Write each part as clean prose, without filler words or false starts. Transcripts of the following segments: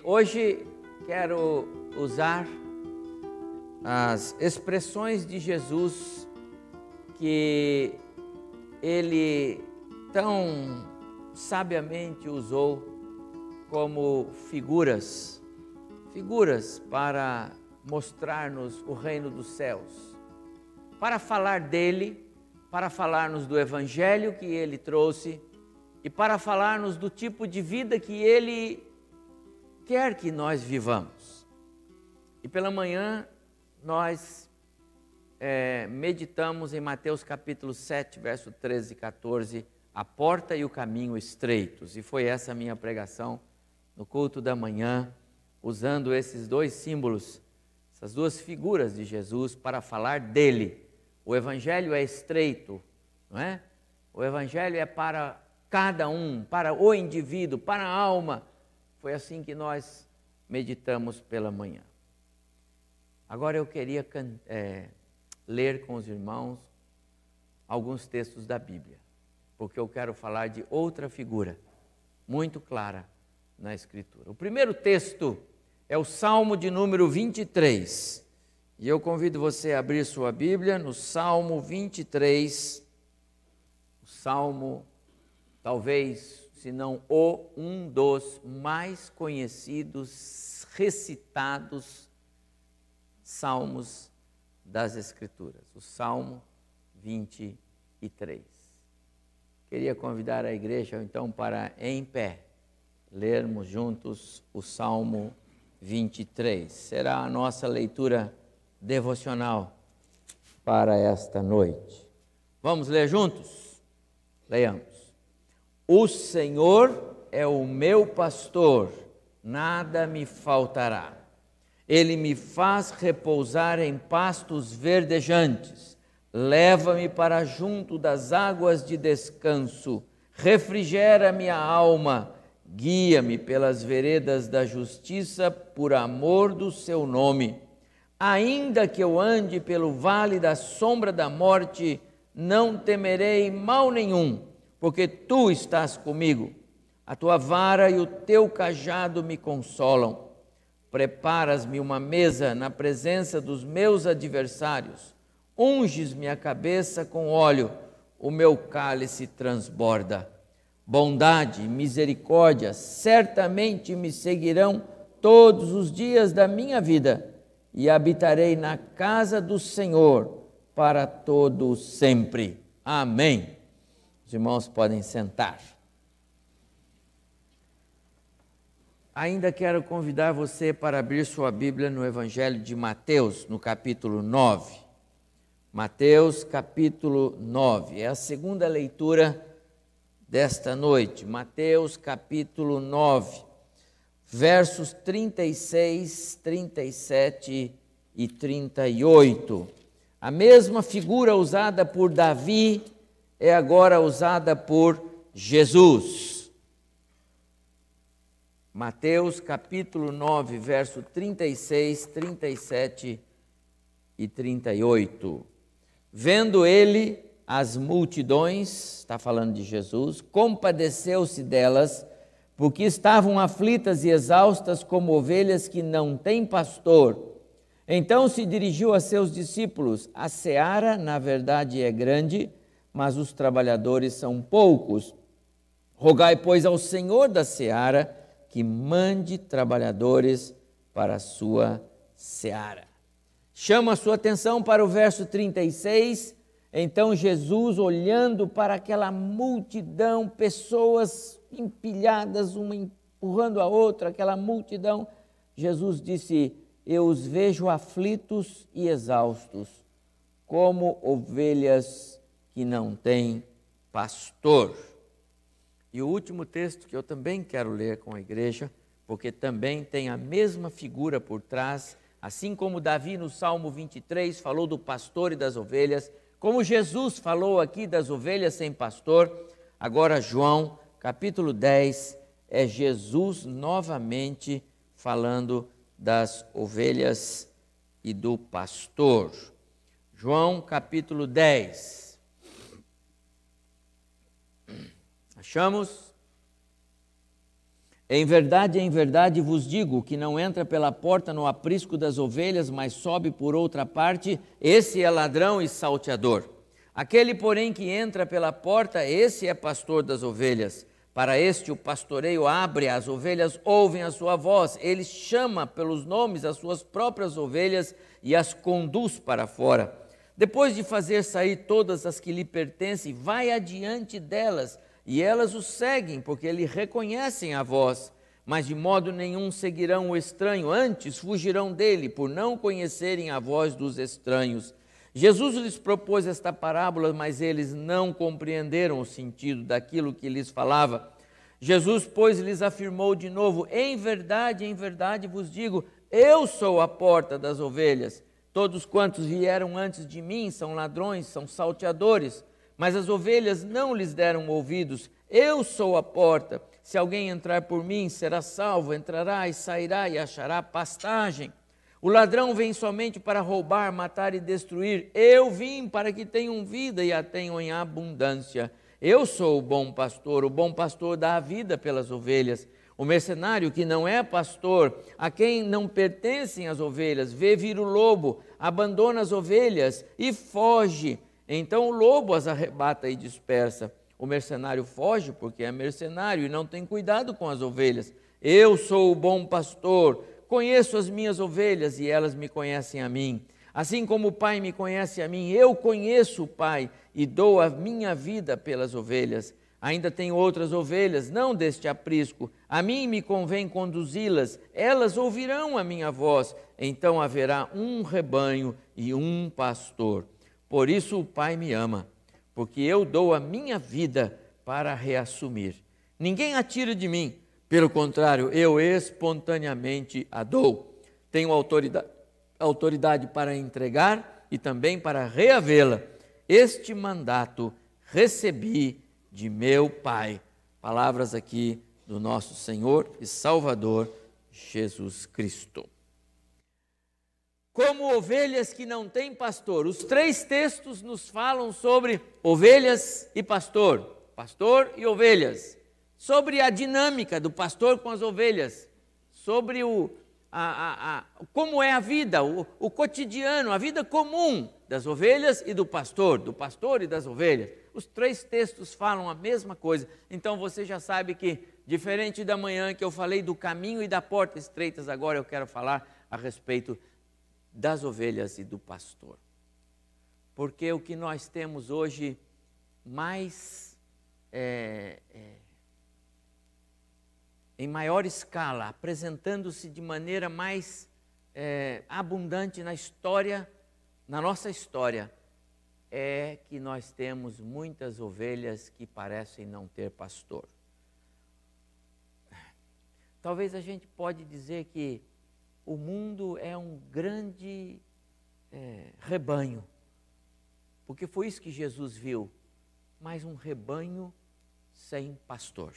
Hoje quero usar as expressões de Jesus que ele tão sabiamente usou como figuras para mostrar-nos o reino dos céus, para falar dele, para falar-nos do evangelho que ele trouxe e para falar-nos do tipo de vida que ele quer que nós vivamos. E pela manhã nós meditamos em Mateus capítulo 7, verso 13 e 14, a porta e o caminho estreitos. E foi essa a minha pregação no culto da manhã, usando esses dois símbolos, essas duas figuras de Jesus para falar dele. O evangelho é estreito, não é? O evangelho é para cada um, para o indivíduo, para a alma. Foi assim que nós meditamos pela manhã. Agora eu queria ler com os irmãos alguns textos da Bíblia, porque eu quero falar de outra figura muito clara na Escritura. O primeiro texto é o Salmo de número 23, e eu convido você a abrir sua Bíblia no Salmo 23, o Salmo, talvez, se não um dos mais conhecidos, recitados salmos das Escrituras, o Salmo 23. Queria convidar a igreja, então, para, em pé, lermos juntos o Salmo 23. Será a nossa leitura devocional para esta noite. Vamos ler juntos? Leiamos. O Senhor é o meu pastor, nada me faltará. Ele me faz repousar em pastos verdejantes, leva-me para junto das águas de descanso, refrigera minha alma, guia-me pelas veredas da justiça por amor do seu nome. Ainda que eu ande pelo vale da sombra da morte, não temerei mal nenhum, porque tu estás comigo. A tua vara e o teu cajado me consolam. Preparas-me uma mesa na presença dos meus adversários. Unges-me a cabeça com óleo, o meu cálice transborda. Bondade e misericórdia certamente me seguirão todos os dias da minha vida, e habitarei na casa do Senhor para todo sempre. Amém. Os irmãos podem sentar. Ainda quero convidar você para abrir sua Bíblia no Evangelho de Mateus, no capítulo 9. Mateus, capítulo 9. É a segunda leitura desta noite. Mateus, capítulo 9, versos 36, 37 e 38. A mesma figura usada por Davi é agora usada por Jesus. Mateus capítulo 9, verso 36, 37 e 38. Vendo ele as multidões, está falando de Jesus, compadeceu-se delas, porque estavam aflitas e exaustas como ovelhas que não têm pastor. Então se dirigiu a seus discípulos: a seara, na verdade, é grande, mas os trabalhadores são poucos. Rogai, pois, ao Senhor da seara que mande trabalhadores para a sua seara. Chama a sua atenção para o verso 36. Então Jesus, olhando para aquela multidão, pessoas empilhadas, uma empurrando a outra, aquela multidão, Jesus disse: eu os vejo aflitos e exaustos, como ovelhas que não têm pastor. E o último texto que eu também quero ler com a igreja, porque também tem a mesma figura por trás, assim como Davi no Salmo 23 falou do pastor e das ovelhas, como Jesus falou aqui das ovelhas sem pastor, agora João, capítulo 10, é Jesus novamente falando das ovelhas e do pastor. João, capítulo 10. Achamos? em verdade vos digo que não entra pela porta no aprisco das ovelhas, mas sobe por outra parte, esse é ladrão e salteador. Aquele, porém, que entra pela porta, esse é pastor das ovelhas. Para este o pastoreio abre, as ovelhas ouvem a sua voz, ele chama pelos nomes as suas próprias ovelhas e as conduz para fora. Depois de fazer sair todas as que lhe pertencem, vai adiante delas, e elas o seguem, porque lhe reconhecem a voz. Mas de modo nenhum seguirão o estranho, antes fugirão dele, por não conhecerem a voz dos estranhos. Jesus lhes propôs esta parábola, mas eles não compreenderam o sentido daquilo que lhes falava. Jesus, pois, lhes afirmou de novo: em verdade vos digo, eu sou a porta das ovelhas. Todos quantos vieram antes de mim são ladrões, são salteadores, mas as ovelhas não lhes deram ouvidos. Eu sou a porta. Se alguém entrar por mim, será salvo, entrará e sairá e achará pastagem. O ladrão vem somente para roubar, matar e destruir. Eu vim para que tenham vida e a tenham em abundância. Eu sou o bom pastor dá a vida pelas ovelhas. O mercenário que não é pastor, a quem não pertencem as ovelhas, vê vir o lobo, abandona as ovelhas e foge. Então o lobo as arrebata e dispersa. O mercenário foge porque é mercenário e não tem cuidado com as ovelhas. Eu sou o bom pastor, conheço as minhas ovelhas e elas me conhecem a mim. Assim como o Pai me conhece a mim, eu conheço o Pai e dou a minha vida pelas ovelhas. Ainda tenho outras ovelhas, não deste aprisco. A mim me convém conduzi-las, elas ouvirão a minha voz. Então haverá um rebanho e um pastor. Por isso o Pai me ama, porque eu dou a minha vida para reassumir. Ninguém a tira de mim, pelo contrário, eu espontaneamente a dou. Tenho autoridade para entregar e também para reavê-la. Este mandato recebi de meu Pai. Palavras aqui do nosso Senhor e Salvador Jesus Cristo. Como ovelhas que não têm pastor. Os três textos nos falam sobre ovelhas e pastor. Pastor e ovelhas. Sobre a dinâmica do pastor com as ovelhas. Sobre como é a vida, o cotidiano, a vida comum das ovelhas e do pastor e das ovelhas. Os três textos falam a mesma coisa. Então você já sabe que, diferente da manhã que eu falei do caminho e da porta estreitas, agora eu quero falar a respeito das ovelhas e do pastor. Porque o que nós temos hoje mais em maior escala, apresentando-se de maneira mais abundante na história, na nossa história, é que nós temos muitas ovelhas que parecem não ter pastor. Talvez a gente pode dizer que o mundo é um grande rebanho, porque foi isso que Jesus viu, mas um rebanho sem pastor.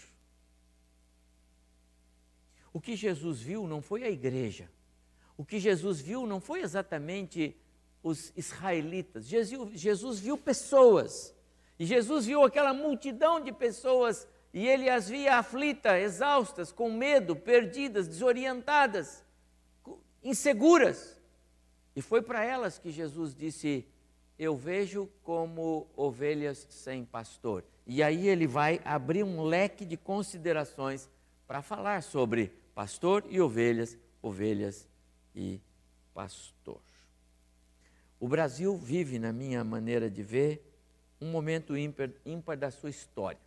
O que Jesus viu não foi a igreja, o que Jesus viu não foi exatamente os israelitas. Jesus viu pessoas, e Jesus viu aquela multidão de pessoas, e ele as via aflitas, exaustas, com medo, perdidas, desorientadas, inseguras. E foi para elas que Jesus disse: eu vejo como ovelhas sem pastor. E aí ele vai abrir um leque de considerações para falar sobre pastor e ovelhas, ovelhas e pastor. O Brasil vive, na minha maneira de ver, um momento ímpar da sua história.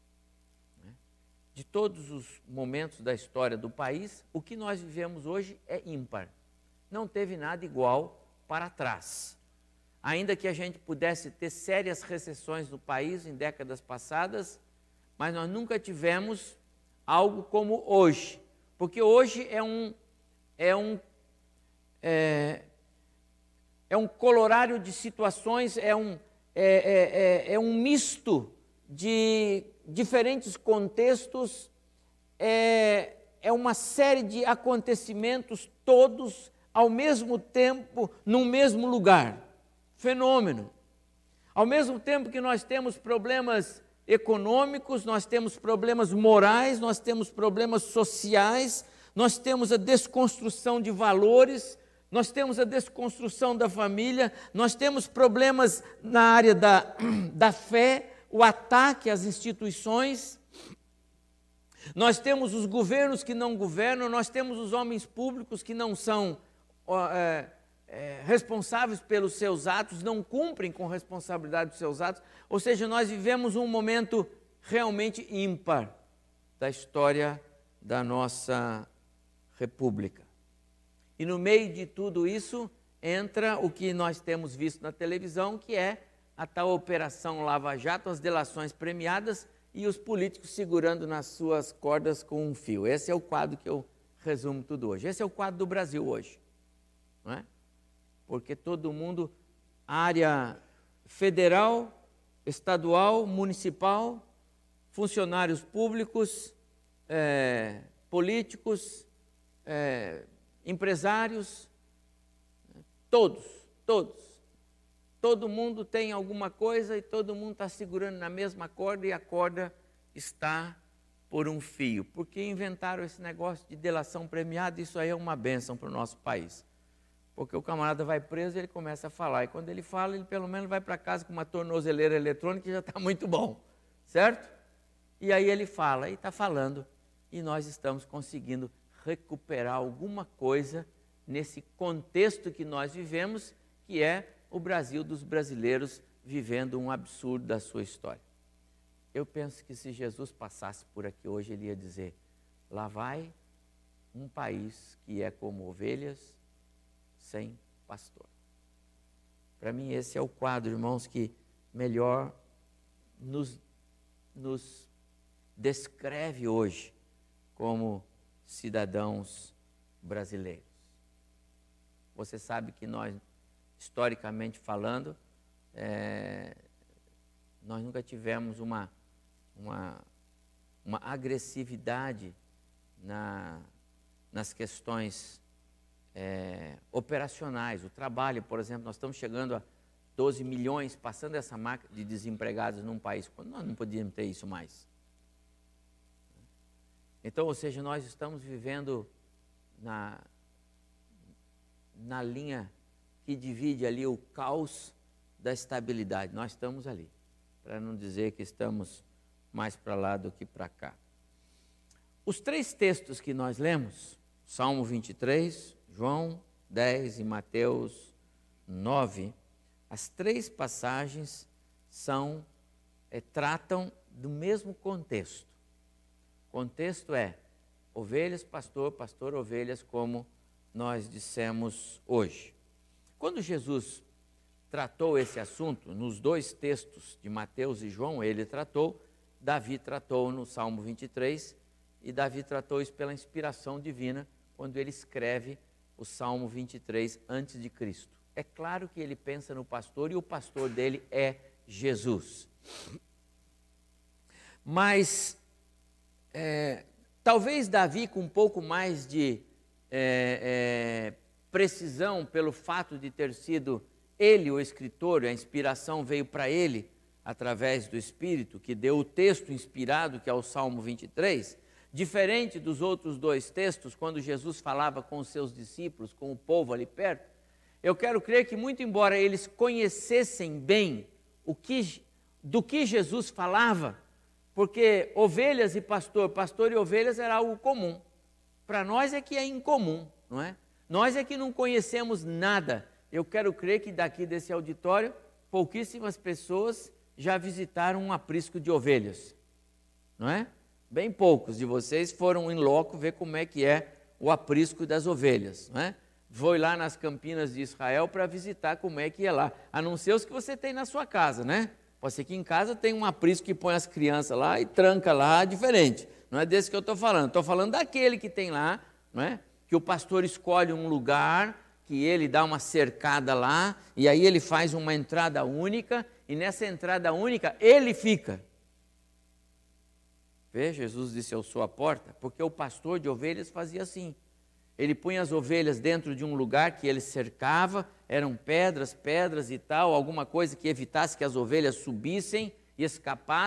De todos os momentos da história do país, o que nós vivemos hoje é ímpar. Não teve nada igual para trás. Ainda que a gente pudesse ter sérias recessões no país em décadas passadas, mas nós nunca tivemos algo como hoje. Porque hoje é um colorário de situações, é um misto de diferentes contextos, é uma série de acontecimentos, todos ao mesmo tempo, no mesmo lugar. Fenômeno. Ao mesmo tempo que nós temos problemas econômicos, nós temos problemas morais, nós temos problemas sociais, nós temos a desconstrução de valores, nós temos a desconstrução da família, nós temos problemas na área da fé, o ataque às instituições, nós temos os governos que não governam, nós temos os homens públicos que não são responsáveis pelos seus atos, não cumprem com responsabilidade dos seus atos, ou seja, nós vivemos um momento realmente ímpar da história da nossa república. E no meio de tudo isso entra o que nós temos visto na televisão, que é a tal Operação Lava Jato, as delações premiadas e os políticos segurando nas suas cordas com um fio. Esse é o quadro que eu resumo tudo hoje. Esse é o quadro do Brasil hoje, não é? Porque todo mundo, área federal, estadual, municipal, funcionários públicos, políticos, empresários, todos. Todo mundo tem alguma coisa e todo mundo está segurando na mesma corda e a corda está por um fio. Porque inventaram esse negócio de delação premiada, isso aí é uma bênção para o nosso país. Porque o camarada vai preso e ele começa a falar. E quando ele fala, ele pelo menos vai para casa com uma tornozeleira eletrônica e já está muito bom, certo? E aí ele fala, e está falando, e nós estamos conseguindo recuperar alguma coisa nesse contexto que nós vivemos, que é o Brasil dos brasileiros vivendo um absurdo da sua história. Eu penso que se Jesus passasse por aqui hoje, ele ia dizer, lá vai um país que é como ovelhas sem pastor. Para mim esse é o quadro, irmãos, que melhor nos descreve hoje como cidadãos brasileiros. Você sabe que nós, historicamente falando, nós nunca tivemos uma agressividade nas questões operacionais. O trabalho, por exemplo, nós estamos chegando a 12 milhões, passando essa marca de desempregados num país, quando nós não podíamos ter isso mais. Então, ou seja, nós estamos vivendo na linha que divide ali o caos da estabilidade. Nós estamos ali, para não dizer que estamos mais para lá do que para cá. Os três textos que nós lemos, Salmo 23, João 10 e Mateus 9, as três passagens tratam do mesmo contexto. O contexto é ovelhas, pastor, pastor, ovelhas, como nós dissemos hoje. Quando Jesus tratou esse assunto, nos dois textos de Mateus e João, ele tratou, Davi tratou no Salmo 23, e Davi tratou isso pela inspiração divina, quando ele escreve o Salmo 23 antes de Cristo. É claro que ele pensa no pastor, e o pastor dele é Jesus. Mas, talvez Davi, com um pouco mais de precisão, pelo fato de ter sido ele o escritor, a inspiração veio para ele, através do Espírito, que deu o texto inspirado, que é o Salmo 23, diferente dos outros dois textos, quando Jesus falava com os seus discípulos, com o povo ali perto, eu quero crer que, muito embora eles conhecessem bem do que Jesus falava, porque ovelhas e pastor e ovelhas era algo comum. Para nós é que é incomum, não é? Nós é que não conhecemos nada. Eu quero crer que daqui desse auditório, pouquíssimas pessoas já visitaram um aprisco de ovelhas, não é? Bem poucos de vocês foram em loco ver como é que é o aprisco das ovelhas, não é? Foi lá nas Campinas de Israel para visitar como é que é lá, a não ser os que você tem na sua casa, né? Pode ser que em casa tem um aprisco que põe as crianças lá e tranca lá, diferente. Não é desse que eu estou falando daquele que tem lá, não é? Que o pastor escolhe um lugar, que ele dá uma cercada lá, e aí ele faz uma entrada única, e nessa entrada única ele fica. Vê, Jesus disse, eu sou a porta, porque o pastor de ovelhas fazia assim. Ele punha as ovelhas dentro de um lugar que ele cercava, eram pedras e tal, alguma coisa que evitasse que as ovelhas subissem e escapassem,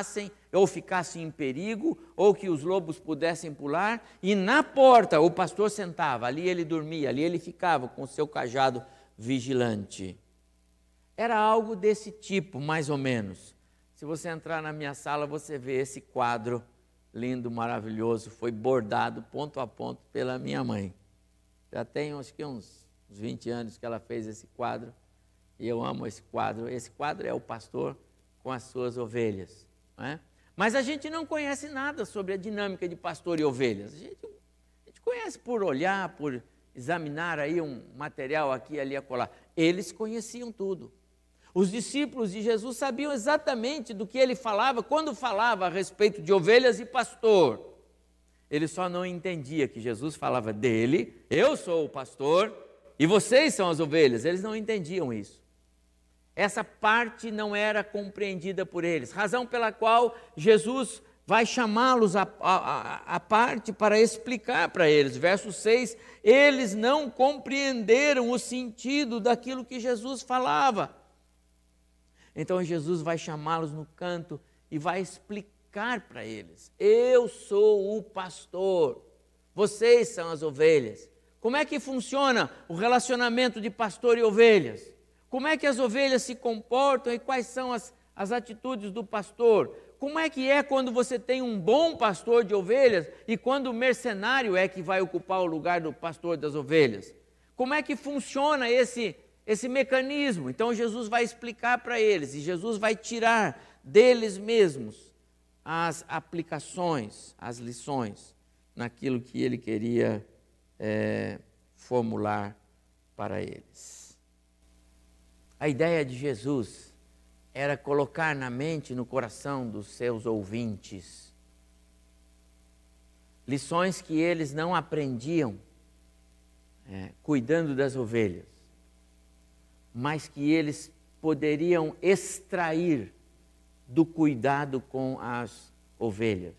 ou ficasse em perigo, ou que os lobos pudessem pular, e na porta o pastor sentava, ali ele dormia, ali ele ficava com o seu cajado vigilante. Era algo desse tipo, mais ou menos. Se você entrar na minha sala, você vê esse quadro lindo, maravilhoso, foi bordado ponto a ponto pela minha mãe. Já tem acho que uns 20 anos que ela fez esse quadro, e eu amo esse quadro. Esse quadro é o pastor com as suas ovelhas, não é? Mas a gente não conhece nada sobre a dinâmica de pastor e ovelhas. A gente conhece por olhar, por examinar aí um material aqui e ali acolá. Eles conheciam tudo. Os discípulos de Jesus sabiam exatamente do que ele falava, quando falava a respeito de ovelhas e pastor. Ele só não entendia que Jesus falava dele, eu sou o pastor e vocês são as ovelhas. Eles não entendiam isso. Essa parte não era compreendida por eles, razão pela qual Jesus vai chamá-los à parte para explicar para eles. Verso 6, eles não compreenderam o sentido daquilo que Jesus falava. Então Jesus vai chamá-los no canto e vai explicar para eles: eu sou o pastor, vocês são as ovelhas. Como é que funciona o relacionamento de pastor e ovelhas? Como é que as ovelhas se comportam e quais são as atitudes do pastor? Como é que é quando você tem um bom pastor de ovelhas e quando o mercenário é que vai ocupar o lugar do pastor das ovelhas? Como é que funciona esse mecanismo? Então Jesus vai explicar para eles e Jesus vai tirar deles mesmos as aplicações, as lições naquilo que ele queria formular para eles. A ideia de Jesus era colocar na mente e no coração dos seus ouvintes lições que eles não aprendiam cuidando das ovelhas, mas que eles poderiam extrair do cuidado com as ovelhas.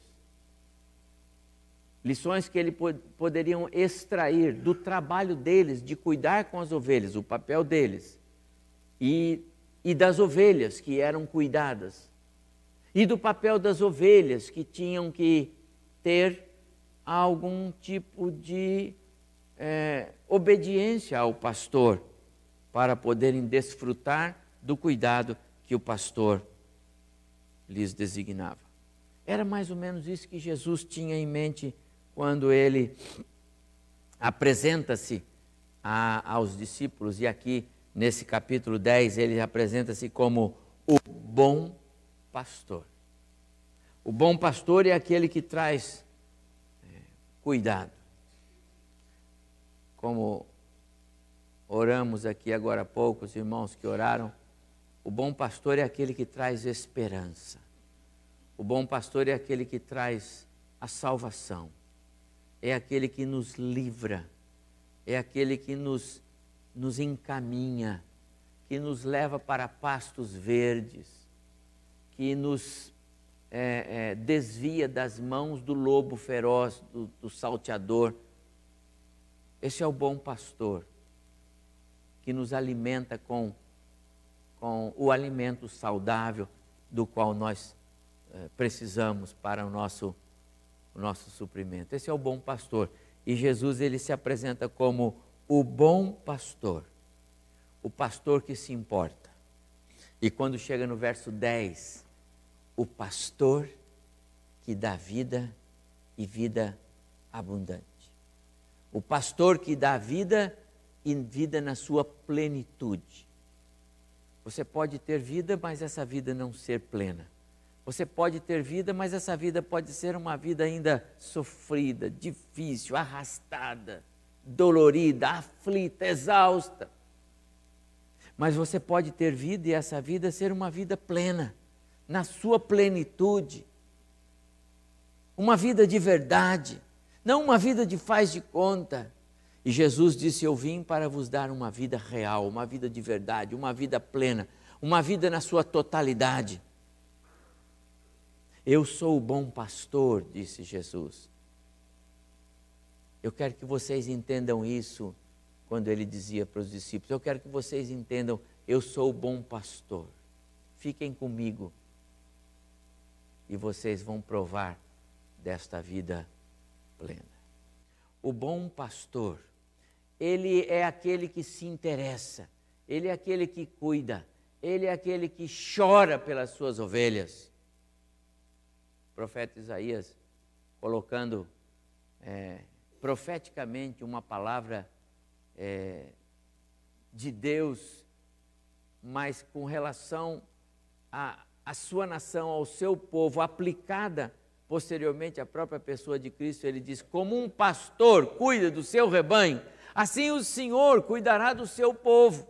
Lições que eles poderiam extrair do trabalho deles de cuidar com as ovelhas, o papel deles, e das ovelhas que eram cuidadas, e do papel das ovelhas que tinham que ter algum tipo de obediência ao pastor, para poderem desfrutar do cuidado que o pastor lhes designava. Era mais ou menos isso que Jesus tinha em mente quando ele apresenta-se aos discípulos, e aqui nesse capítulo 10 ele apresenta-se como o bom pastor. O bom pastor é aquele que traz cuidado. Como oramos aqui agora há pouco, os irmãos que oraram, o bom pastor é aquele que traz esperança. O bom pastor é aquele que traz a salvação. É aquele que nos livra. É aquele que nos encaminha, que nos leva para pastos verdes, que nos desvia das mãos do lobo feroz, do salteador. Esse é o bom pastor, que nos alimenta com o alimento saudável do qual nós precisamos para o nosso suprimento. Esse é o bom pastor. E Jesus, ele se apresenta como o bom pastor, o pastor que se importa. E quando chega no verso 10, o pastor que dá vida e vida abundante. O pastor que dá vida e vida na sua plenitude. Você pode ter vida, mas essa vida não ser plena. Você pode ter vida, mas essa vida pode ser uma vida ainda sofrida, difícil, arrastada, dolorida, aflita, exausta. Mas você pode ter vida e essa vida ser uma vida plena, na sua plenitude. Uma vida de verdade, não uma vida de faz de conta. E Jesus disse: eu vim para vos dar uma vida real, uma vida de verdade, uma vida plena, uma vida na sua totalidade. Eu sou o bom pastor, disse Jesus. Eu quero que vocês entendam isso quando ele dizia para os discípulos. Eu quero que vocês entendam, eu sou o bom pastor. Fiquem comigo. e vocês vão provar desta vida plena. O bom pastor, ele é aquele que se interessa, ele é aquele que cuida, ele é aquele que chora pelas suas ovelhas. O profeta Isaías, colocando profeticamente uma palavra de Deus, mas com relação à sua nação, ao seu povo, aplicada posteriormente à própria pessoa de Cristo, ele diz: como um pastor cuida do seu rebanho, assim o Senhor cuidará do seu povo.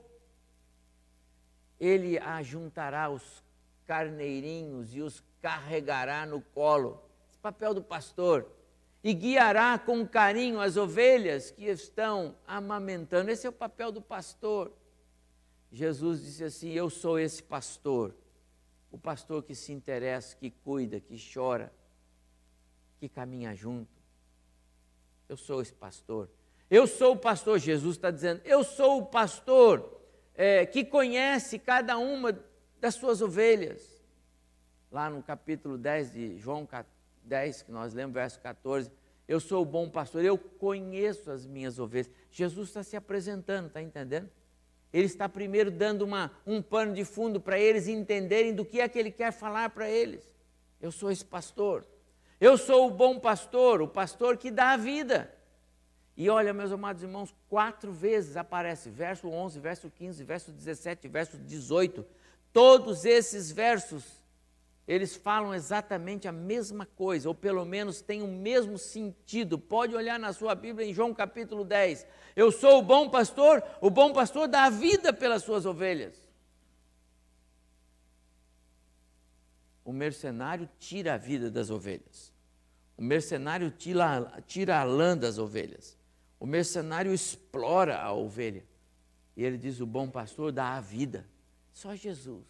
Ele ajuntará os carneirinhos e os carregará no colo. Esse papel do pastor. E guiará com carinho as ovelhas que estão amamentando. Esse é o papel do pastor. Jesus disse assim: eu sou esse pastor. O pastor que se interessa, que cuida, que chora, que caminha junto. Eu sou esse pastor. Eu sou o pastor, Jesus está dizendo, eu sou o pastor que conhece cada uma das suas ovelhas. Lá no capítulo 10 de João 10, que nós lemos, verso 14, eu sou o bom pastor, eu conheço as minhas ovelhas. Jesus está se apresentando, está entendendo? Ele está primeiro dando um pano de fundo para eles entenderem do que é que ele quer falar para eles. Eu sou esse pastor. Eu sou o bom pastor, o pastor que dá a vida. E olha, meus amados irmãos, 4 vezes aparece, verso 11, verso 15, verso 17, verso 18. Todos esses versos, eles falam exatamente a mesma coisa, ou pelo menos têm o mesmo sentido. Pode olhar na sua Bíblia em João capítulo 10. Eu sou o bom pastor dá a vida pelas suas ovelhas. O mercenário tira a vida das ovelhas. O mercenário tira a lã das ovelhas. O mercenário explora a ovelha. E ele diz: o bom pastor dá a vida. Só Jesus.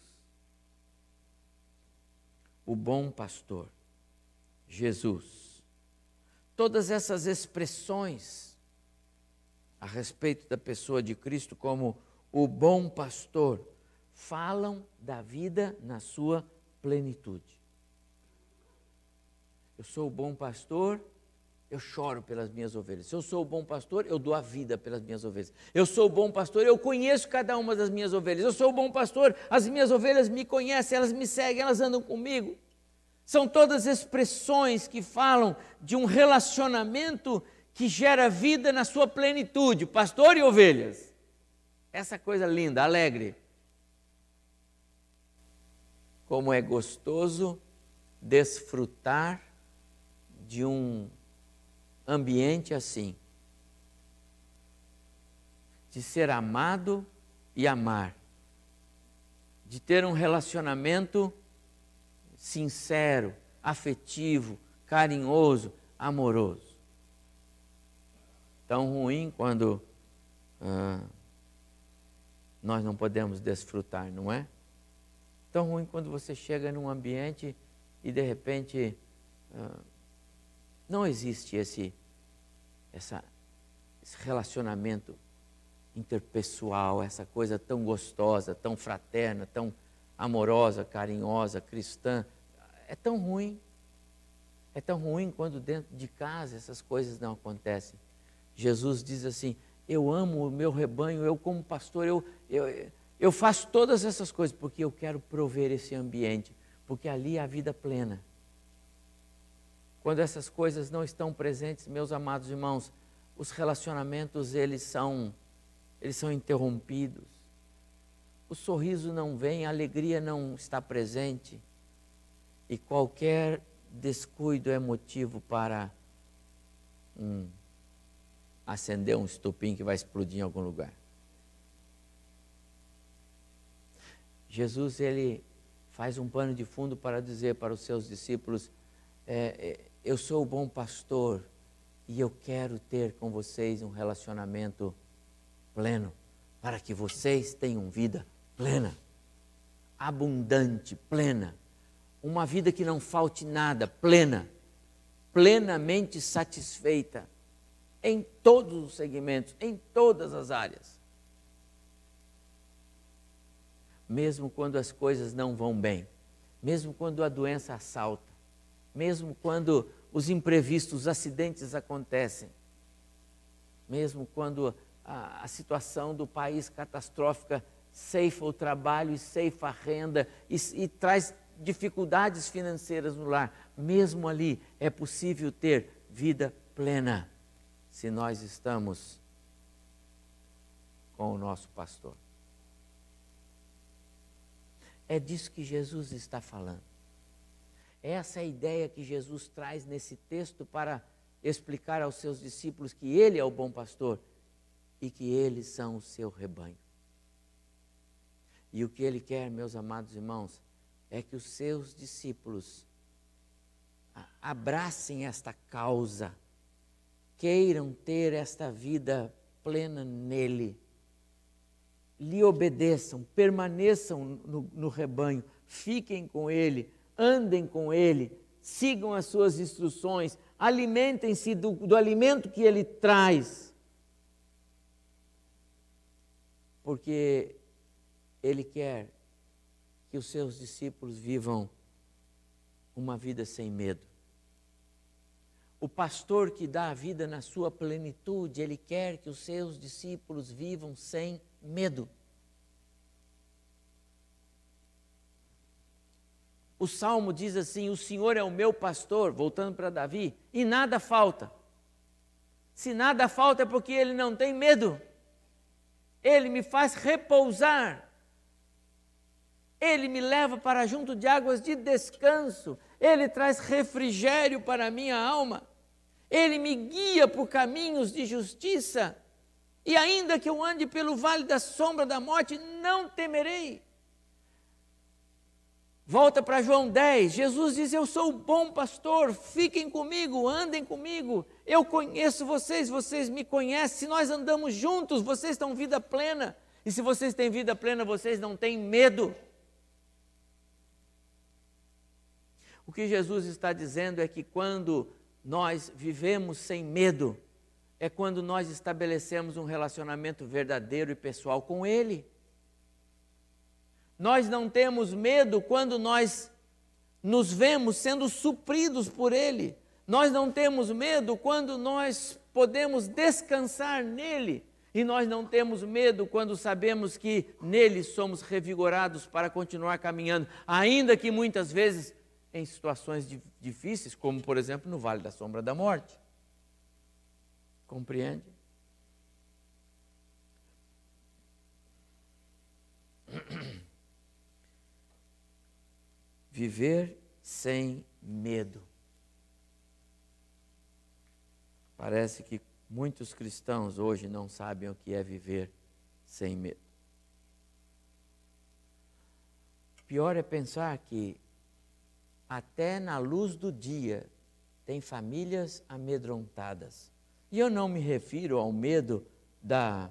O bom pastor, Jesus. Todas essas expressões a respeito da pessoa de Cristo como o bom pastor falam da vida na sua plenitude. Eu sou o bom pastor, eu choro pelas minhas ovelhas. Se eu sou o bom pastor, eu dou a vida pelas minhas ovelhas. Eu sou o bom pastor, eu conheço cada uma das minhas ovelhas. Eu sou o bom pastor, as minhas ovelhas me conhecem, elas me seguem, elas andam comigo. São todas expressões que falam de um relacionamento que gera vida na sua plenitude. Pastor e ovelhas. Essa coisa linda, alegre. Como é gostoso desfrutar de um ambiente assim, de ser amado e amar, de ter um relacionamento sincero, afetivo, carinhoso, amoroso. Tão ruim quando nós não podemos desfrutar, não é? Tão ruim quando você chega num ambiente e de repente não existe esse relacionamento interpessoal, essa coisa tão gostosa, tão fraterna, tão amorosa, carinhosa, cristã. É tão ruim. É tão ruim quando dentro de casa essas coisas não acontecem. Jesus diz assim: eu amo o meu rebanho, eu como pastor, eu faço todas essas coisas porque eu quero prover esse ambiente, porque ali há vida plena. Quando essas coisas não estão presentes, meus amados irmãos, os relacionamentos eles são interrompidos. O sorriso não vem, a alegria não está presente. E qualquer descuido é motivo para acender um estopim que vai explodir em algum lugar. Jesus, ele faz um pano de fundo para dizer para os seus discípulos: eu sou o bom pastor e eu quero ter com vocês um relacionamento pleno, para que vocês tenham vida plena, abundante, plena, uma vida que não falte nada, plena, plenamente satisfeita, em todos os segmentos, em todas as áreas. Mesmo quando as coisas não vão bem, mesmo quando a doença assalta, mesmo quando os imprevistos, os acidentes acontecem, mesmo quando a situação do país catastrófica ceifa o trabalho e ceifa a renda e traz dificuldades financeiras no lar, mesmo ali é possível ter vida plena, se nós estamos com o nosso pastor. É disso que Jesus está falando. Essa é a ideia que Jesus traz nesse texto para explicar aos seus discípulos que Ele é o bom pastor e que eles são o seu rebanho. E o que Ele quer, meus amados irmãos, é que os seus discípulos abracem esta causa, queiram ter esta vida plena nele, lhe obedeçam, permaneçam no rebanho, fiquem com ele, andem com ele, sigam as suas instruções, alimentem-se do alimento que ele traz, porque ele quer que os seus discípulos vivam uma vida sem medo. O pastor que dá a vida na sua plenitude, ele quer que os seus discípulos vivam sem medo. O Salmo diz assim: o Senhor é o meu pastor, voltando para Davi, e nada falta. Se nada falta é porque ele não tem medo. Ele me faz repousar. Ele me leva para junto de águas de descanso. Ele traz refrigério para a minha alma. Ele me guia por caminhos de justiça. E ainda que eu ande pelo vale da sombra da morte, não temerei. Volta para João 10, Jesus diz: eu sou o bom pastor, fiquem comigo, andem comigo, eu conheço vocês, vocês me conhecem, se nós andamos juntos, vocês têm vida plena, e se vocês têm vida plena, vocês não têm medo. O que Jesus está dizendo é que quando nós vivemos sem medo, é quando nós estabelecemos um relacionamento verdadeiro e pessoal com Ele. Nós não temos medo quando nós nos vemos sendo supridos por Ele. Nós não temos medo quando nós podemos descansar nele. E nós não temos medo quando sabemos que nele somos revigorados para continuar caminhando, ainda que muitas vezes em situações difíceis, como por exemplo no Vale da Sombra da Morte. Compreende? Viver sem medo. Parece que muitos cristãos hoje não sabem o que é viver sem medo. Pior é pensar que até na luz do dia tem famílias amedrontadas. E eu não me refiro ao medo da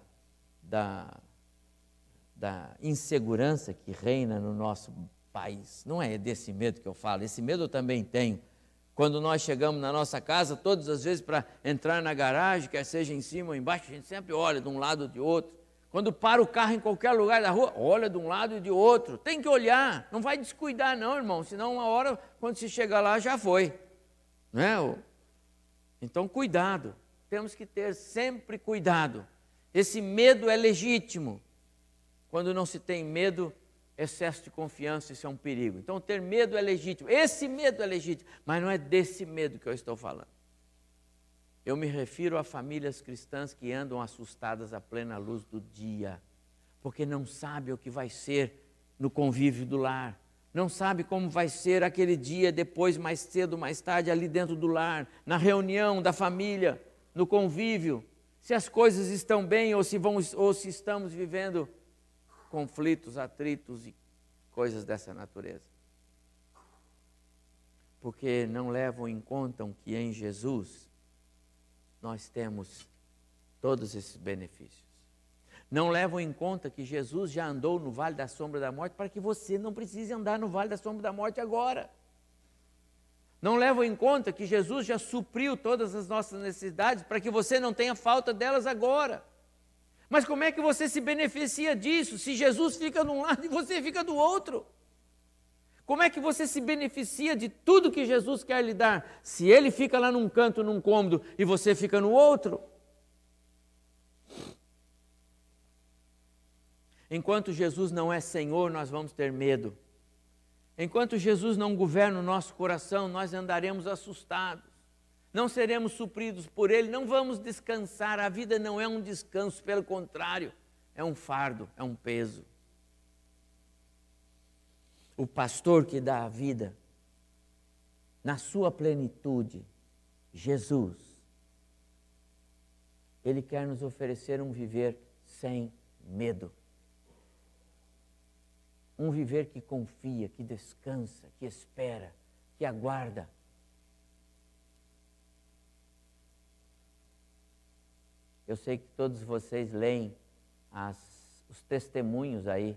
insegurança que reina no nosso país. Não é desse medo que eu falo, esse medo eu também tenho. Quando nós chegamos na nossa casa, todas as vezes para entrar na garagem, quer seja em cima ou embaixo, a gente sempre olha de um lado ou de outro. Quando para o carro em qualquer lugar da rua, olha de um lado e de outro. Tem que olhar, não vai descuidar não, irmão, senão uma hora, quando se chegar lá, já foi. Não é? Então, cuidado, temos que ter sempre cuidado. Esse medo é legítimo. Quando não se tem medo, excesso de confiança, isso é um perigo. Então, ter medo é legítimo. Esse medo é legítimo, mas não é desse medo que eu estou falando. Eu me refiro a famílias cristãs que andam assustadas à plena luz do dia, porque não sabe o que vai ser no convívio do lar, não sabe como vai ser aquele dia depois, mais cedo, mais tarde, ali dentro do lar, na reunião da família, no convívio, se as coisas estão bem ou se estamos vivendo conflitos, atritos e coisas dessa natureza. Porque não levam em conta que em Jesus nós temos todos esses benefícios. Não levam em conta que Jesus já andou no Vale da Sombra da Morte para que você não precise andar no Vale da Sombra da Morte agora. Não levam em conta que Jesus já supriu todas as nossas necessidades para que você não tenha falta delas agora. Mas como é que você se beneficia disso se Jesus fica de um lado e você fica do outro? Como é que você se beneficia de tudo que Jesus quer lhe dar, se Ele fica lá num canto, num cômodo, e você fica no outro? Enquanto Jesus não é Senhor, nós vamos ter medo. Enquanto Jesus não governa o nosso coração, nós andaremos assustados. Não seremos supridos por Ele, não vamos descansar. A vida não é um descanso, pelo contrário, é um fardo, é um peso. O pastor que dá a vida, na sua plenitude, Jesus, Ele quer nos oferecer um viver sem medo. Um viver que confia, que descansa, que espera, que aguarda. Eu sei que todos vocês leem os testemunhos aí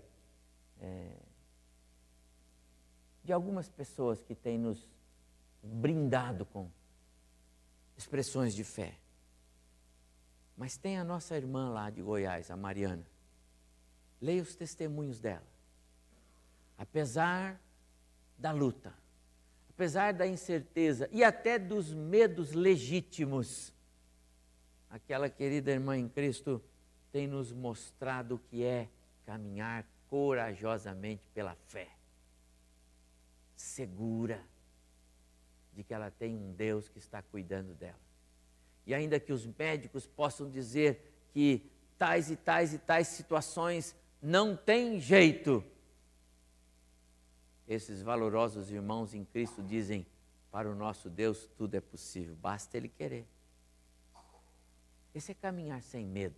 de algumas pessoas que têm nos brindado com expressões de fé. Mas tem a nossa irmã lá de Goiás, a Mariana. Leia os testemunhos dela. Apesar da luta, apesar da incerteza e até dos medos legítimos, aquela querida irmã em Cristo tem nos mostrado o que é caminhar corajosamente pela fé, segura de que ela tem um Deus que está cuidando dela. E ainda que os médicos possam dizer que tais e tais e tais situações não têm jeito, esses valorosos irmãos em Cristo dizem: para o nosso Deus tudo é possível, basta Ele querer. Esse é caminhar sem medo.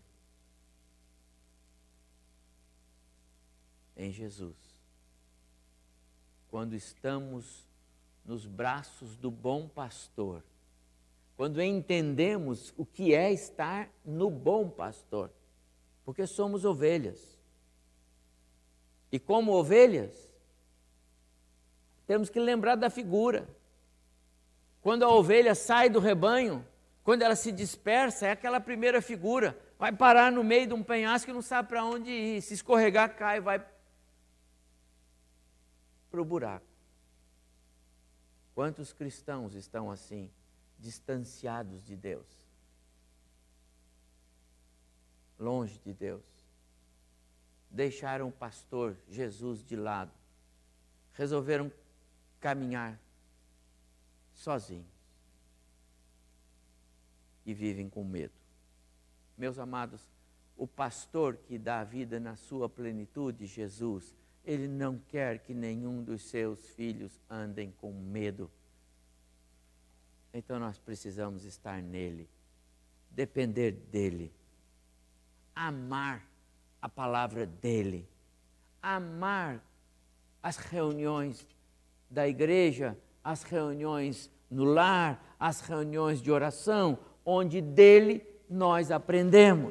Em Jesus. Quando estamos nos braços do bom pastor, quando entendemos o que é estar no bom pastor, porque somos ovelhas. E como ovelhas, temos que lembrar da figura. Quando a ovelha sai do rebanho, quando ela se dispersa, é aquela primeira figura. Vai parar no meio de um penhasco e não sabe para onde ir. Se escorregar, cai, vai para o buraco. Quantos cristãos estão assim, distanciados de Deus? Longe de Deus. Deixaram o pastor Jesus de lado. Resolveram caminhar sozinhos e vivem com medo. Meus amados, o pastor que dá a vida na sua plenitude, Jesus, Ele não quer que nenhum dos seus filhos andem com medo. Então nós precisamos estar nele, depender dele, amar a palavra dele, amar as reuniões da igreja, as reuniões no lar, as reuniões de oração, onde dele nós aprendemos.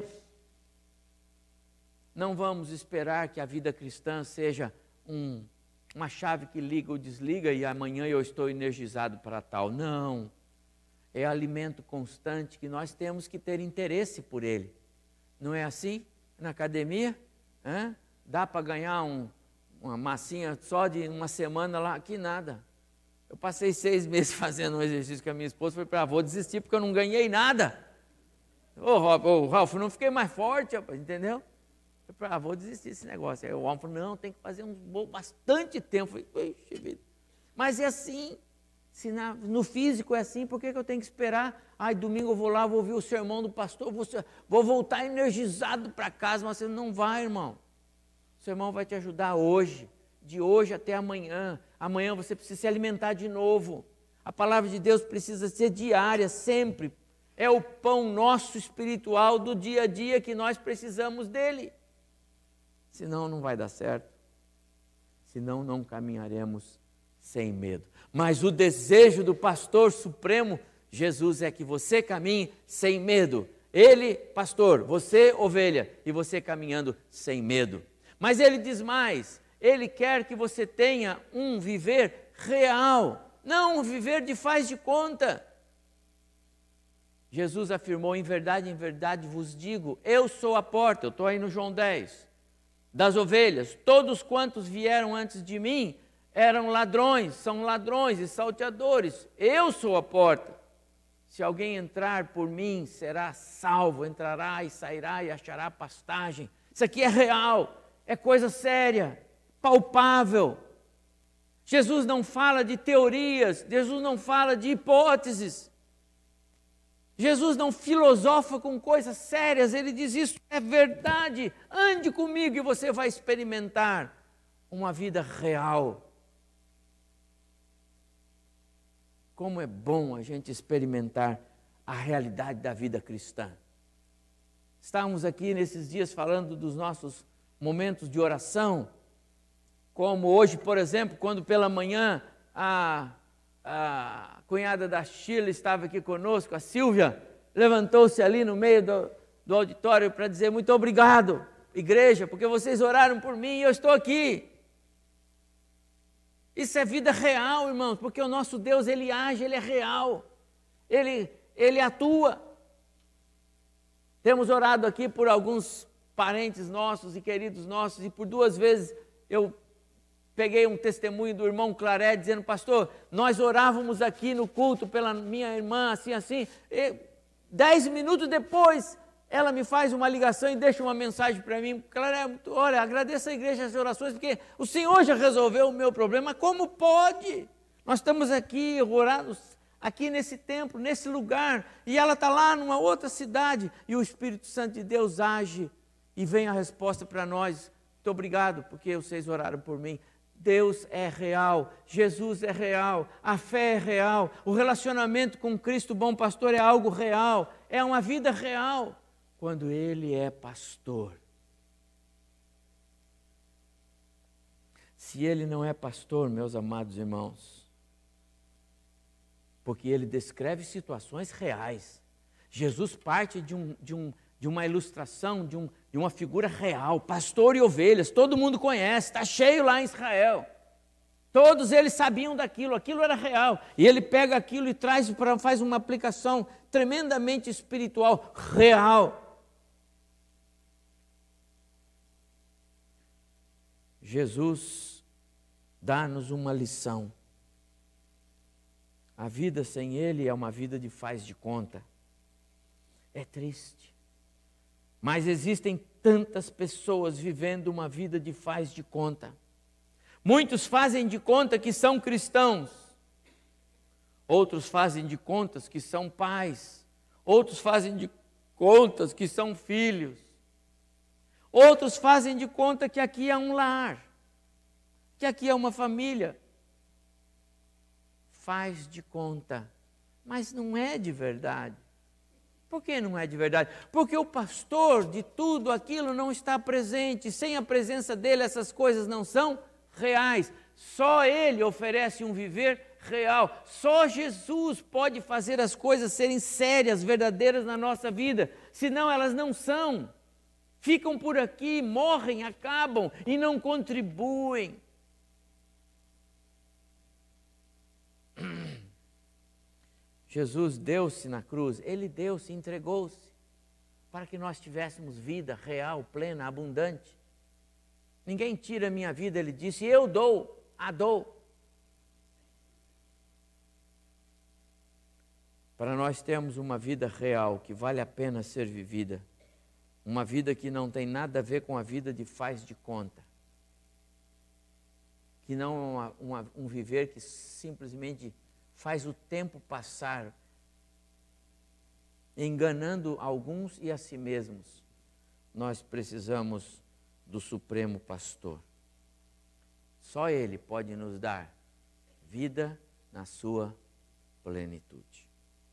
Não vamos esperar que a vida cristã seja uma chave que liga ou desliga e amanhã eu estou energizado para tal. Não. É alimento constante que nós temos que ter interesse por ele. Não é assim? Na academia, dá para ganhar uma massinha só de uma semana lá, aqui nada. Eu passei 6 meses fazendo um exercício com a minha esposa, falei para vou desistir porque eu não ganhei nada. Ô Ralf, não fiquei mais forte, rapaz, entendeu? Eu falei vou desistir desse negócio. Aí o homem falou, não, tem que fazer bastante tempo. Eu falei, mas é assim, se no físico é assim, por que eu tenho que esperar? Domingo eu vou lá, vou ouvir o sermão do pastor, vou voltar energizado para casa, mas você não vai, irmão. O sermão vai te ajudar hoje, de hoje até amanhã. Amanhã você precisa se alimentar de novo. A palavra de Deus precisa ser diária, sempre. É o pão nosso espiritual do dia a dia que nós precisamos dele. Senão não vai dar certo. Senão não caminharemos sem medo. Mas o desejo do pastor supremo, Jesus, é que você caminhe sem medo. Ele, pastor, você, ovelha, e você caminhando sem medo. Mas ele diz mais, ele quer que você tenha um viver real, não um viver de faz de conta. Jesus afirmou, em verdade vos digo, eu sou a porta, eu estou aí no João 10, das ovelhas, todos quantos vieram antes de mim, eram ladrões, são ladrões e salteadores. Eu sou a porta. Se alguém entrar por mim, será salvo, entrará e sairá e achará pastagem. Isso aqui é real, é coisa séria, palpável. Jesus não fala de teorias, Jesus não fala de hipóteses. Jesus não filosofa com coisas sérias, ele diz: isso é verdade, ande comigo e você vai experimentar uma vida real. Como é bom a gente experimentar a realidade da vida cristã. Estávamos aqui nesses dias falando dos nossos momentos de oração, como hoje, por exemplo, quando pela manhã a cunhada da Sheila estava aqui conosco, a Silvia, levantou-se ali no meio do auditório para dizer: muito obrigado, igreja, porque vocês oraram por mim e eu estou aqui. Isso é vida real, irmãos, porque o nosso Deus, Ele age, Ele é real, Ele atua. Temos orado aqui por alguns parentes nossos e queridos nossos, e por 2 vezes eu peguei um testemunho do irmão Claré, dizendo: pastor, nós orávamos aqui no culto pela minha irmã, assim, e 10 minutos depois, ela me faz uma ligação e deixa uma mensagem para mim: Claré, olha, agradeço a igreja as orações, porque o Senhor já resolveu o meu problema. Como pode? Nós estamos aqui orados, aqui nesse templo, nesse lugar, e ela está lá numa outra cidade, e o Espírito Santo de Deus age, e vem a resposta para nós: muito obrigado, porque vocês oraram por mim. Deus é real, Jesus é real, a fé é real, o relacionamento com Cristo, bom pastor, é algo real, é uma vida real, quando Ele é pastor. Se Ele não é pastor, meus amados irmãos, porque Ele descreve situações reais. Jesus parte de uma ilustração, de uma figura real, pastor e ovelhas, todo mundo conhece, está cheio lá em Israel. Todos eles sabiam daquilo, aquilo era real. E ele pega aquilo e faz uma aplicação tremendamente espiritual, real. Jesus dá-nos uma lição. A vida sem Ele é uma vida de faz de conta. É triste. Mas existem tantas pessoas vivendo uma vida de faz de conta. Muitos fazem de conta que são cristãos. Outros fazem de contas que são pais. Outros fazem de contas que são filhos. Outros fazem de conta que aqui é um lar, que aqui é uma família. Faz de conta, mas não é de verdade. Por que não é de verdade? Porque o pastor de tudo aquilo não está presente. Sem a presença dele, essas coisas não são reais. Só ele oferece um viver real. Só Jesus pode fazer as coisas serem sérias, verdadeiras na nossa vida. Senão elas não são. Ficam por aqui, morrem, acabam e não contribuem. Jesus deu-se na cruz, Ele deu-se, entregou-se, para que nós tivéssemos vida real, plena, abundante. Ninguém tira a minha vida, Ele disse: eu dou, a dou. Para nós termos uma vida real, que vale a pena ser vivida, uma vida que não tem nada a ver com a vida de faz de conta, que não é um viver que simplesmente faz o tempo passar, enganando alguns e a si mesmos. Nós precisamos do Supremo Pastor. Só Ele pode nos dar vida na sua plenitude.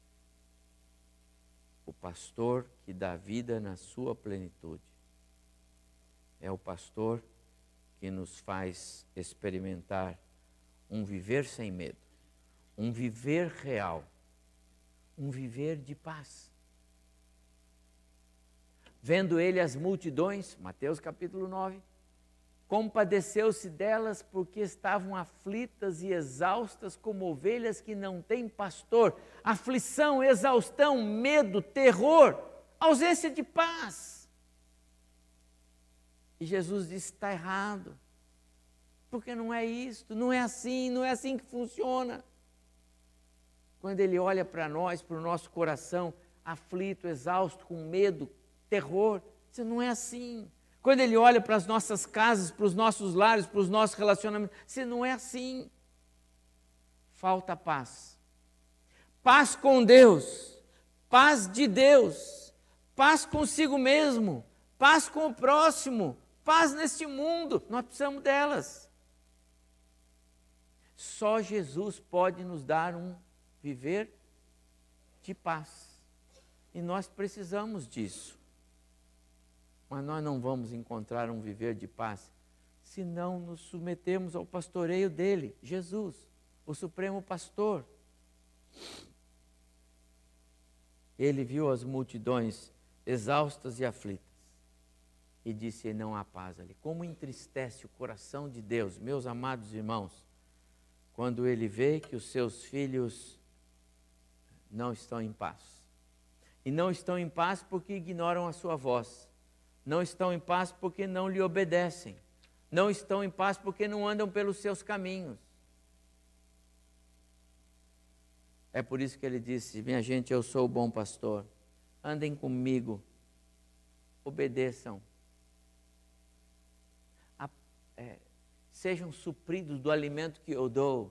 O pastor que dá vida na sua plenitude é o pastor que nos faz experimentar um viver sem medo, um viver real, um viver de paz. Vendo ele as multidões, Mateus capítulo 9, compadeceu-se delas porque estavam aflitas e exaustas como ovelhas que não têm pastor. Aflição, exaustão, medo, terror, ausência de paz. E Jesus disse: está errado. Porque não é isto, não é assim que funciona. Quando Ele olha para nós, para o nosso coração, aflito, exausto, com medo, terror, isso não é assim. Quando Ele olha para as nossas casas, para os nossos lares, para os nossos relacionamentos, isso não é assim. Falta paz. Paz com Deus, paz de Deus, paz consigo mesmo, paz com o próximo, paz neste mundo. Nós precisamos delas. Só Jesus pode nos dar um viver de paz. E nós precisamos disso. Mas nós não vamos encontrar um viver de paz se não nos submetemos ao pastoreio dele, Jesus, o Supremo Pastor. Ele viu as multidões exaustas e aflitas e disse: não há paz ali. Como entristece o coração de Deus, meus amados irmãos, quando Ele vê que os seus filhos não estão em paz. E não estão em paz porque ignoram a sua voz. Não estão em paz porque não lhe obedecem. Não estão em paz porque não andam pelos seus caminhos. É por isso que Ele disse: minha gente, eu sou o bom pastor. Andem comigo. Obedeçam. Sejam supridos do alimento que eu dou.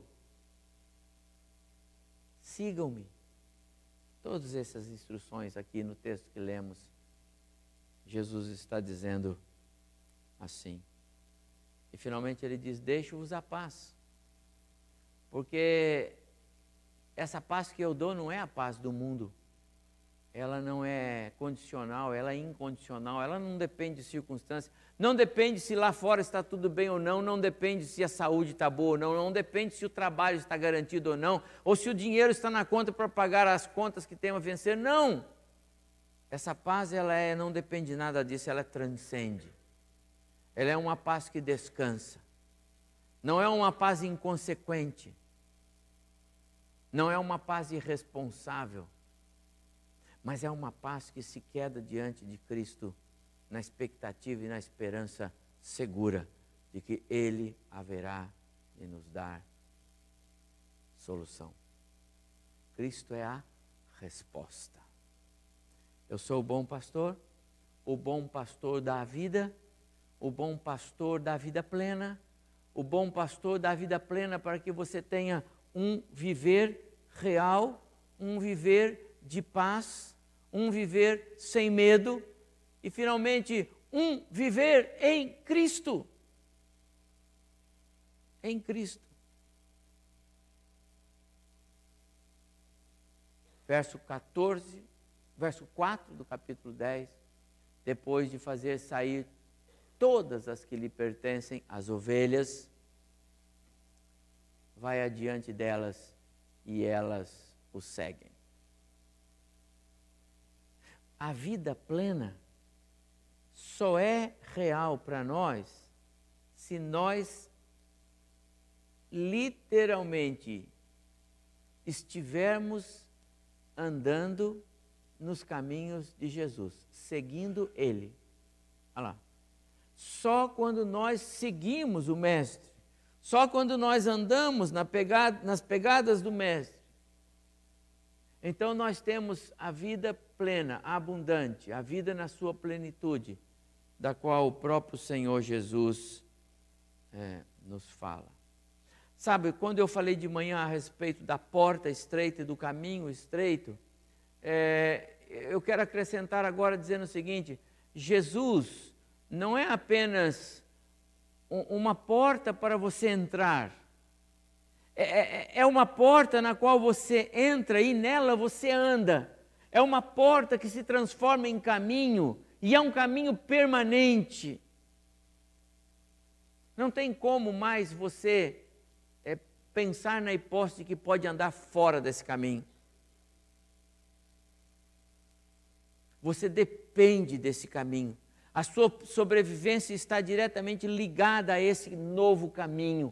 Sigam-me. Todas essas instruções aqui no texto que lemos, Jesus está dizendo assim. E finalmente Ele diz: deixo-vos a paz. Porque essa paz que eu dou não é a paz do mundo. Ela não é condicional, ela é incondicional, ela não depende de circunstâncias, não depende se lá fora está tudo bem ou não, não depende se a saúde está boa ou não, não depende se o trabalho está garantido ou não, ou se o dinheiro está na conta para pagar as contas que tem a vencer, não. Essa paz, não depende de nada disso, ela transcende. Ela é uma paz que descansa, não é uma paz inconsequente, não é uma paz irresponsável, mas é uma paz que se queda diante de Cristo na expectativa e na esperança segura de que Ele haverá de nos dar solução. Cristo é a resposta. Eu sou o bom pastor dá a vida, o bom pastor dá a vida plena, o bom pastor dá a vida plena para que você tenha um viver real, um viver de paz, um viver sem medo e, finalmente, um viver em Cristo. Em Cristo. Verso 4 do capítulo 10, depois de fazer sair todas as que lhe pertencem, as ovelhas, vai adiante delas e elas o seguem. A vida plena só é real para nós se nós literalmente estivermos andando nos caminhos de Jesus, seguindo Ele. Olha lá. Só quando nós seguimos o Mestre, só quando nós andamos nas pegadas do Mestre, então nós temos a vida plena, abundante, a vida na sua plenitude, da qual o próprio Senhor Jesus nos fala. Sabe, quando eu falei de manhã a respeito da porta estreita e do caminho estreito, eu quero acrescentar agora dizendo o seguinte: Jesus não é apenas uma porta para você entrar, é uma porta na qual você entra e nela você anda. É uma porta que se transforma em caminho e é um caminho permanente. Não tem como mais você pensar na hipótese de que pode andar fora desse caminho. Você depende desse caminho. A sua sobrevivência está diretamente ligada a esse novo caminho.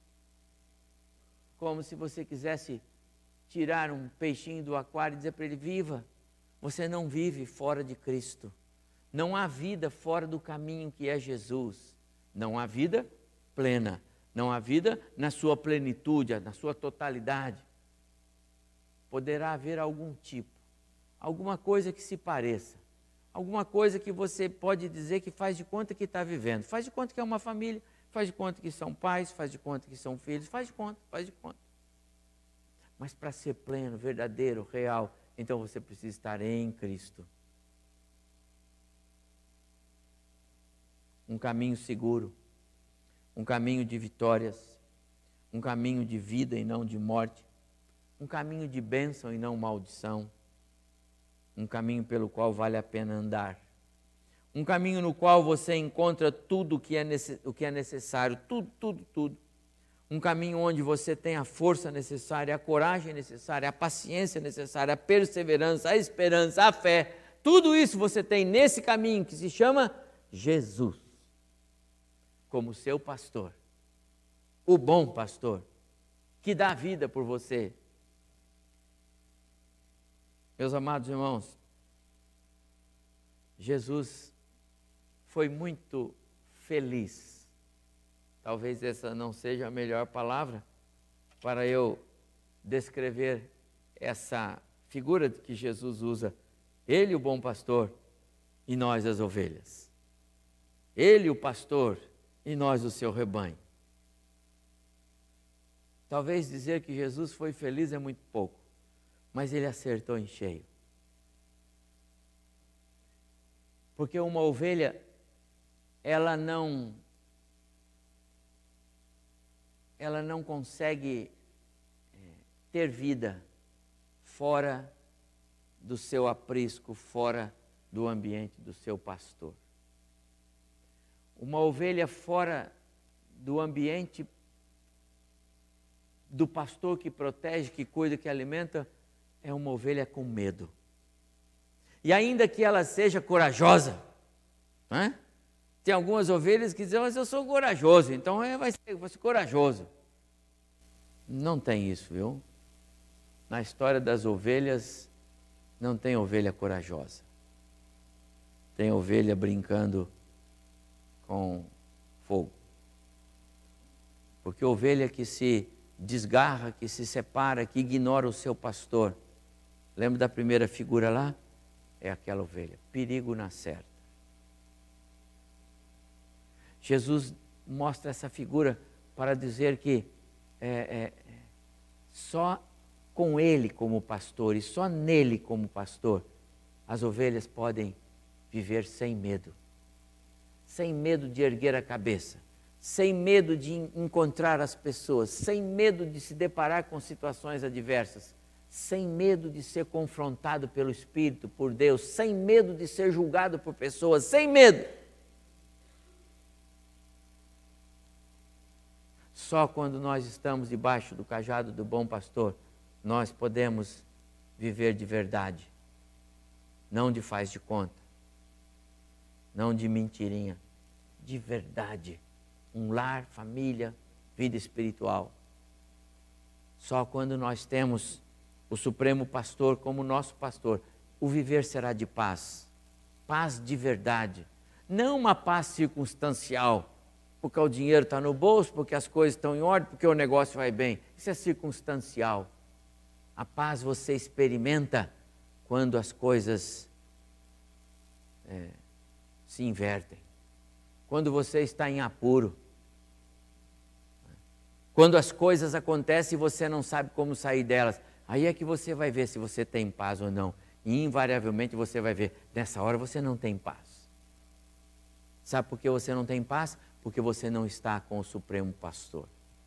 Como se você quisesse tirar um peixinho do aquário e dizer para ele: viva. Você não vive fora de Cristo. Não há vida fora do caminho que é Jesus. Não há vida plena. não a vida na sua plenitude, na sua totalidade. Poderá haver algum tipo, alguma coisa que se pareça, alguma coisa que você pode dizer que faz de conta que está vivendo, faz de conta que é uma família, faz de conta que são pais, faz de conta que são filhos, faz de conta. Mas para ser pleno, verdadeiro, real, então você precisa estar em Cristo. Um caminho seguro, um caminho de vitórias, um caminho de vida e não de morte, um caminho de bênção e não maldição, um caminho pelo qual vale a pena andar, um caminho no qual você encontra tudo o que é necessário, tudo. Um caminho onde você tem a força necessária, a coragem necessária, a paciência necessária, a perseverança, a esperança, a fé. Tudo isso você tem nesse caminho que se chama Jesus, como seu pastor, o bom pastor, que dá vida por você. Meus amados irmãos, Jesus foi muito feliz. Talvez essa não seja a melhor palavra para eu descrever essa figura que Jesus usa. Ele, o bom pastor, e nós as ovelhas. Ele, o pastor, e nós o seu rebanho. Talvez dizer que Jesus foi feliz é muito pouco, mas ele acertou em cheio. Porque uma ovelha, ela não consegue ter vida fora do seu aprisco, fora do ambiente do seu pastor. Uma ovelha fora do ambiente do pastor que protege, que cuida, que alimenta, é uma ovelha com medo. E ainda que ela seja corajosa, não é? Tem algumas ovelhas que dizem, mas eu sou corajoso, então vai ser corajoso. Não tem isso, viu? Na história das ovelhas, não tem ovelha corajosa. Tem ovelha brincando com fogo. Porque ovelha que se desgarra, que se separa, que ignora o seu pastor. Lembra da primeira figura lá? É aquela ovelha. Perigo na certa. Jesus mostra essa figura para dizer que só com Ele como pastor e só nele como pastor, as ovelhas podem viver sem medo de erguer a cabeça, sem medo de encontrar as pessoas, sem medo de se deparar com situações adversas, sem medo de ser confrontado pelo Espírito, por Deus, sem medo de ser julgado por pessoas, sem medo. Só quando nós estamos debaixo do cajado do bom pastor, nós podemos viver de verdade, não de faz de conta, não de mentirinha, de verdade. Um lar, família, vida espiritual. Só quando nós temos o Supremo Pastor como nosso pastor, o viver será de paz, paz de verdade, não uma paz circunstancial, porque o dinheiro está no bolso, porque as coisas estão em ordem, porque o negócio vai bem. Isso é circunstancial. A paz você experimenta quando as coisas se invertem. Quando você está em apuro. Quando as coisas acontecem e você não sabe como sair delas. Aí é que você vai ver se você tem paz ou não. E invariavelmente você vai ver, nessa hora você não tem paz. Sabe por que você não tem paz? Porque você não está com o Supremo Pastor.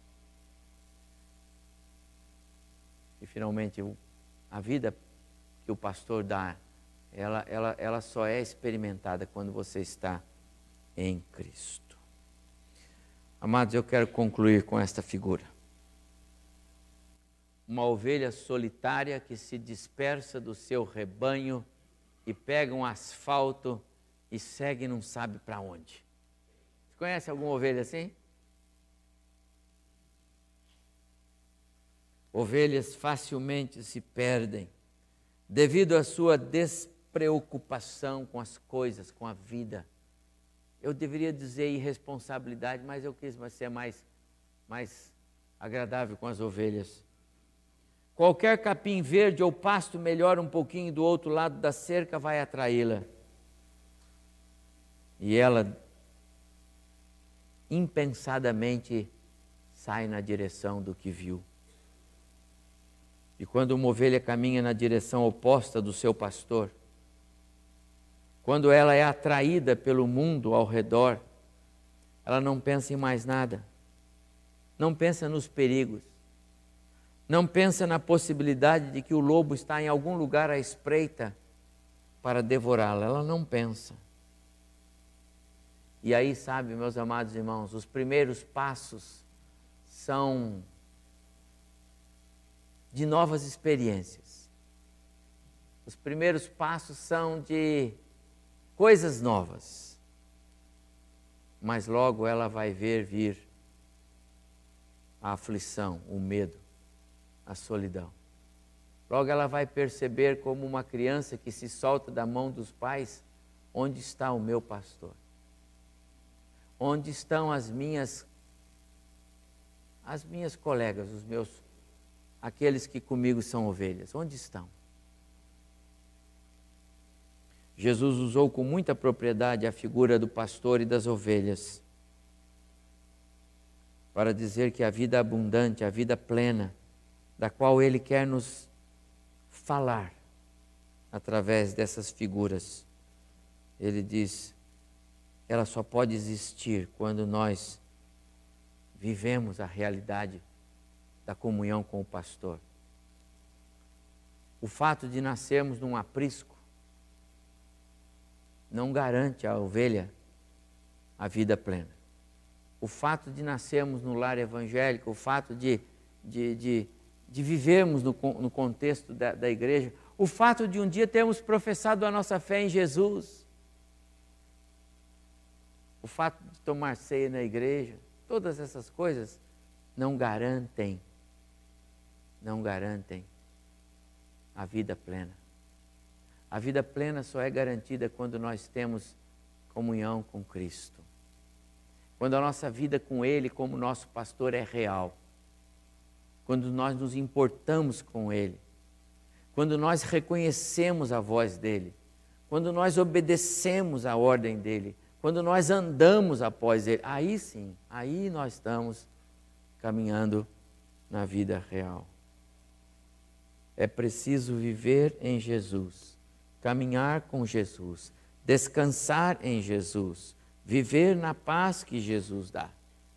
E finalmente, a vida que o pastor dá, ela só é experimentada quando você está em Cristo. Amados, eu quero concluir com esta figura. Uma ovelha solitária que se dispersa do seu rebanho e pega um asfalto e segue e não sabe para onde. Você conhece alguma ovelha assim? Ovelhas facilmente se perdem devido à sua despreocupação com as coisas, com a vida. Eu deveria dizer irresponsabilidade, mas eu quis ser mais mais agradável com as ovelhas. Qualquer capim verde ou pasto melhor um pouquinho do outro lado da cerca vai atraí-la. E ela impensadamente sai na direção do que viu. E quando uma ovelha caminha na direção oposta do seu pastor, quando ela é atraída pelo mundo ao redor, ela não pensa em mais nada, não pensa nos perigos, não pensa na possibilidade de que o lobo está em algum lugar à espreita para devorá-la, ela não pensa. E aí, sabe, meus amados irmãos, os primeiros passos são de novas experiências. Os primeiros passos são de coisas novas. Mas logo ela vai ver vir a aflição, o medo, a solidão. Logo ela vai perceber como uma criança que se solta da mão dos pais, onde está o meu pastor? Onde estão as minhas colegas, aqueles que comigo são ovelhas? Onde estão? Jesus usou com muita propriedade a figura do pastor e das ovelhas para dizer que a vida abundante, a vida plena, da qual Ele quer nos falar através dessas figuras, Ele diz, ela só pode existir quando nós vivemos a realidade da comunhão com o pastor. O fato de nascermos num aprisco não garante à ovelha a vida plena. O fato de nascermos no lar evangélico, o fato de vivermos no contexto da igreja, o fato de um dia termos professado a nossa fé em Jesus, o fato de tomar ceia na igreja, todas essas coisas não garantem a vida plena. A vida plena só é garantida quando nós temos comunhão com Cristo. Quando a nossa vida com Ele, como nosso pastor, é real. Quando nós nos importamos com Ele. Quando nós reconhecemos a voz dEle. Quando nós obedecemos a ordem dEle. Quando nós andamos após Ele. Aí sim, aí nós estamos caminhando na vida real. É preciso viver em Jesus, caminhar com Jesus, descansar em Jesus, viver na paz que Jesus dá.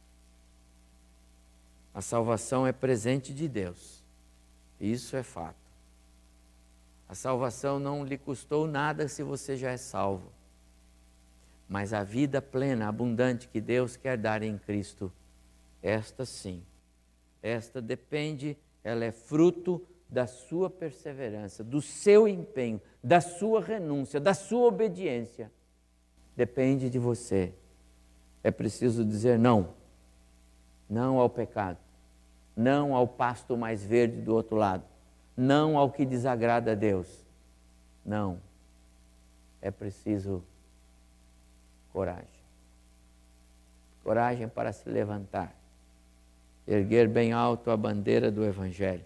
A salvação é presente de Deus, isso é fato. A salvação não lhe custou nada se você já é salvo. Mas a vida plena, abundante que Deus quer dar em Cristo, esta sim, esta depende, ela é fruto da sua perseverança, do seu empenho, da sua renúncia, da sua obediência. Depende de você. É preciso dizer não. Não ao pecado. Não ao pasto mais verde do outro lado. Não ao que desagrada a Deus. Não. É preciso coragem. Coragem para se levantar. Erguer bem alto a bandeira do Evangelho.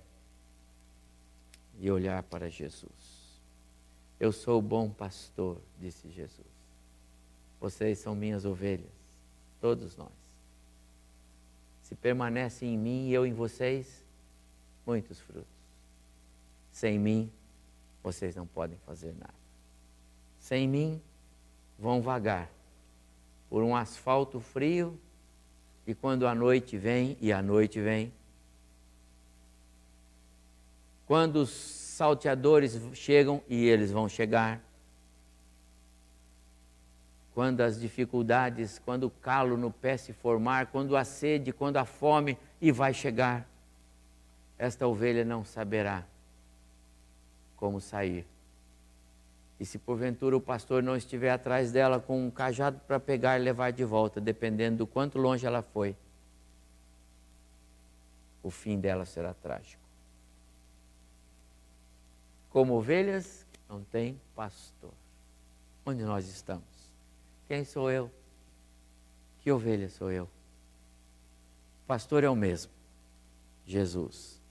E olhar para Jesus. Eu sou o bom pastor, disse Jesus. Vocês são minhas ovelhas, todos nós. Se permanecem em mim e eu em vocês, muitos frutos. Sem mim, vocês não podem fazer nada. Sem mim, vão vagar por um asfalto frio e quando a noite vem, quando os salteadores chegam, e eles vão chegar, quando as dificuldades, quando o calo no pé se formar, quando a sede, quando a fome, e vai chegar, esta ovelha não saberá como sair. E se porventura o pastor não estiver atrás dela com um cajado para pegar e levar de volta, dependendo do quanto longe ela foi, o fim dela será trágico. Como ovelhas que não têm pastor. Onde nós estamos? Quem sou eu? Que ovelha sou eu? O pastor é o mesmo, Jesus.